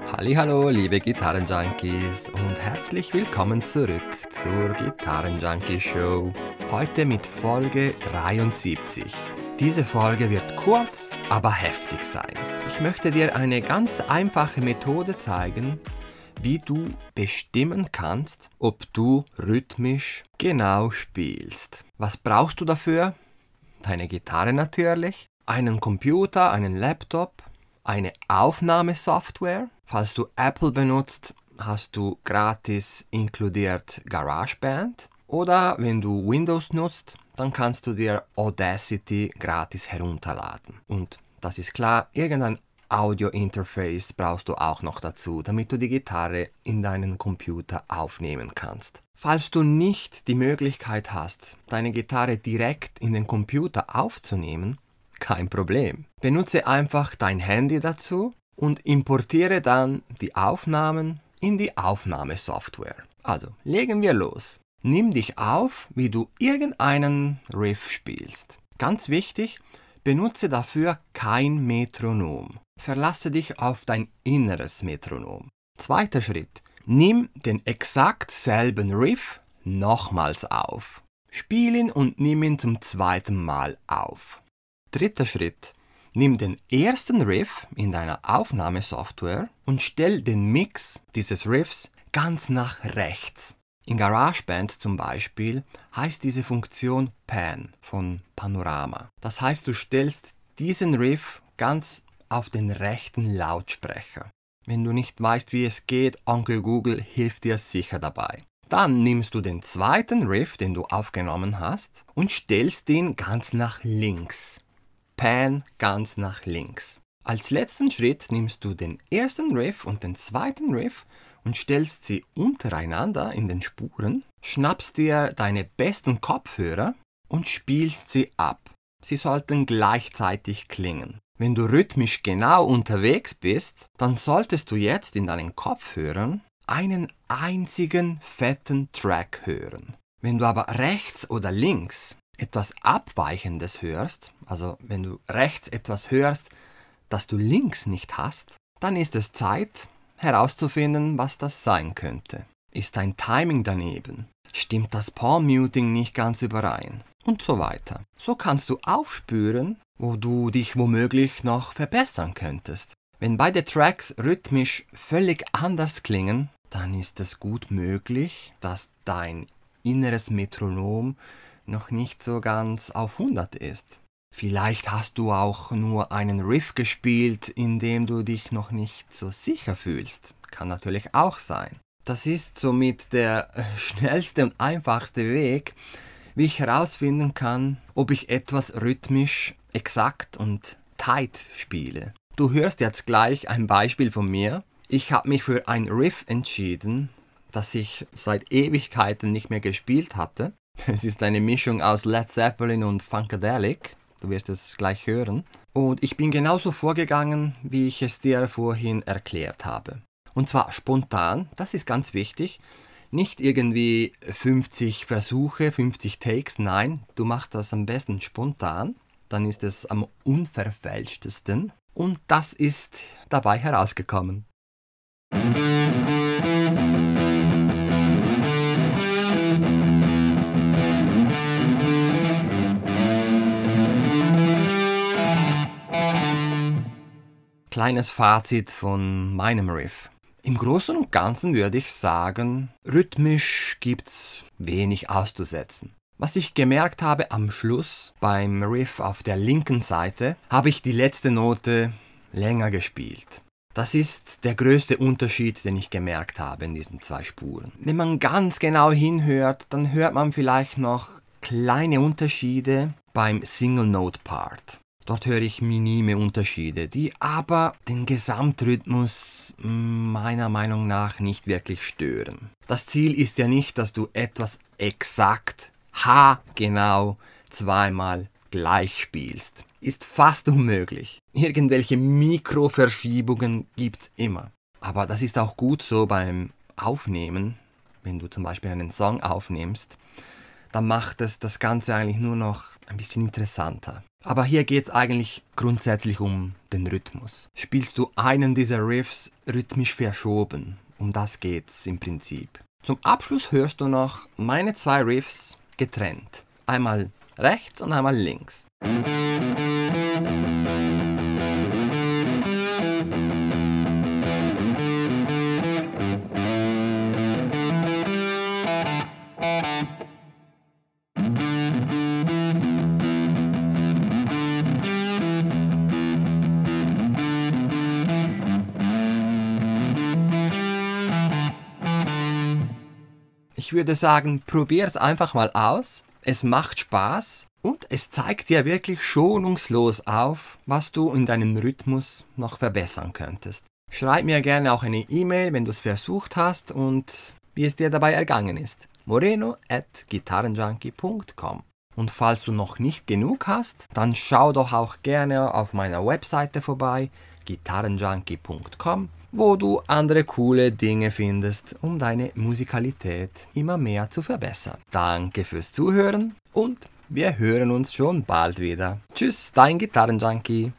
Hallihallo, liebe Gitarrenjunkies und herzlich willkommen zurück zur Gitarrenjunkie Show. Heute mit Folge 73. Diese Folge wird kurz, aber heftig sein. Ich möchte dir eine ganz einfache Methode zeigen, wie du bestimmen kannst, ob du rhythmisch genau spielst. Was brauchst du dafür? Deine Gitarre natürlich, einen Computer, einen Laptop, eine Aufnahmesoftware. Falls du Apple benutzt, hast du gratis inkludiert GarageBand. Oder wenn du Windows nutzt, dann kannst du dir Audacity gratis herunterladen. Und das ist klar, irgendein Audio-Interface brauchst du auch noch dazu, damit du die Gitarre in deinen Computer aufnehmen kannst. Falls du nicht die Möglichkeit hast, deine Gitarre direkt in den Computer aufzunehmen, kein Problem. Benutze einfach dein Handy dazu und importiere dann die Aufnahmen in die Aufnahmesoftware. Also, legen wir los. Nimm dich auf, wie du irgendeinen Riff spielst. Ganz wichtig, benutze dafür kein Metronom. Verlasse dich auf dein inneres Metronom. Zweiter Schritt. Nimm den exakt selben Riff nochmals auf. Spiel ihn und nimm ihn zum zweiten Mal auf. Dritter Schritt. Nimm den ersten Riff in deiner Aufnahmesoftware und stell den Mix dieses Riffs ganz nach rechts. In GarageBand zum Beispiel heißt diese Funktion Pan von Panorama. Das heißt, du stellst diesen Riff ganz auf den rechten Lautsprecher. Wenn du nicht weißt, wie es geht, Onkel Google hilft dir sicher dabei. Dann nimmst du den zweiten Riff, den du aufgenommen hast, und stellst ihn ganz nach links. Pan ganz nach links. Als letzten Schritt nimmst du den ersten Riff und den zweiten Riff und stellst sie untereinander in den Spuren, schnappst dir deine besten Kopfhörer und spielst sie ab. Sie sollten gleichzeitig klingen. Wenn du rhythmisch genau unterwegs bist, dann solltest du jetzt in deinen Kopfhörern einen einzigen fetten Track hören. Wenn du aber rechts oder links etwas Abweichendes hörst, also wenn du rechts etwas hörst, das du links nicht hast, dann ist es Zeit herauszufinden, was das sein könnte. Ist dein Timing daneben? Stimmt das Palm-Muting nicht ganz überein? Und so weiter. So kannst du aufspüren, wo du dich womöglich noch verbessern könntest. Wenn beide Tracks rhythmisch völlig anders klingen, dann ist es gut möglich, dass dein inneres Metronom noch nicht so ganz auf 100 ist. Vielleicht hast du auch nur einen Riff gespielt, in dem du dich noch nicht so sicher fühlst. Kann natürlich auch sein. Das ist somit der schnellste und einfachste Weg, wie ich herausfinden kann, ob ich etwas rhythmisch, exakt und tight spiele. Du hörst jetzt gleich ein Beispiel von mir. Ich habe mich für ein Riff entschieden, das ich seit Ewigkeiten nicht mehr gespielt hatte. Es ist eine Mischung aus Led Zeppelin und Funkadelic. Du wirst es gleich hören. Und ich bin genauso vorgegangen, wie ich es dir vorhin erklärt habe. Und zwar spontan, das ist ganz wichtig. Nicht irgendwie 50 Versuche, 50 Takes, nein, du machst das am besten spontan. Dann ist es am unverfälschtesten. Und das ist dabei herausgekommen. Kleines Fazit von meinem Riff. Im Großen und Ganzen würde ich sagen, rhythmisch gibt's wenig auszusetzen. Was ich gemerkt habe am Schluss beim Riff auf der linken Seite, habe ich die letzte Note länger gespielt. Das ist der größte Unterschied, den ich gemerkt habe in diesen zwei Spuren. Wenn man ganz genau hinhört, dann hört man vielleicht noch kleine Unterschiede beim Single Note Part. Dort höre ich minime Unterschiede, die aber den Gesamtrhythmus meiner Meinung nach nicht wirklich stören. Das Ziel ist ja nicht, dass du etwas exakt, haargenau zweimal gleich spielst. Ist fast unmöglich. Irgendwelche Mikroverschiebungen gibt's immer. Aber das ist auch gut so beim Aufnehmen, wenn du zum Beispiel einen Song aufnimmst, dann macht es das Ganze eigentlich nur noch ein bisschen interessanter. Aber hier geht es eigentlich grundsätzlich um den Rhythmus. Spielst du einen dieser Riffs rhythmisch verschoben? Um das geht's im Prinzip. Zum Abschluss hörst du noch meine 2 Riffs getrennt. Einmal rechts und einmal links. Ich würde sagen, probier es einfach mal aus. Es macht Spaß und es zeigt dir wirklich schonungslos auf, was du in deinem Rhythmus noch verbessern könntest. Schreib mir gerne auch eine E-Mail, wenn du es versucht hast und wie es dir dabei ergangen ist. moreno@gitarrenjunkie.com. Und falls du noch nicht genug hast, dann schau doch auch gerne auf meiner Webseite vorbei, gitarrenjunkie.com, wo du andere coole Dinge findest, um deine Musikalität immer mehr zu verbessern. Danke fürs Zuhören und wir hören uns schon bald wieder. Tschüss, dein Gitarrenjunkie.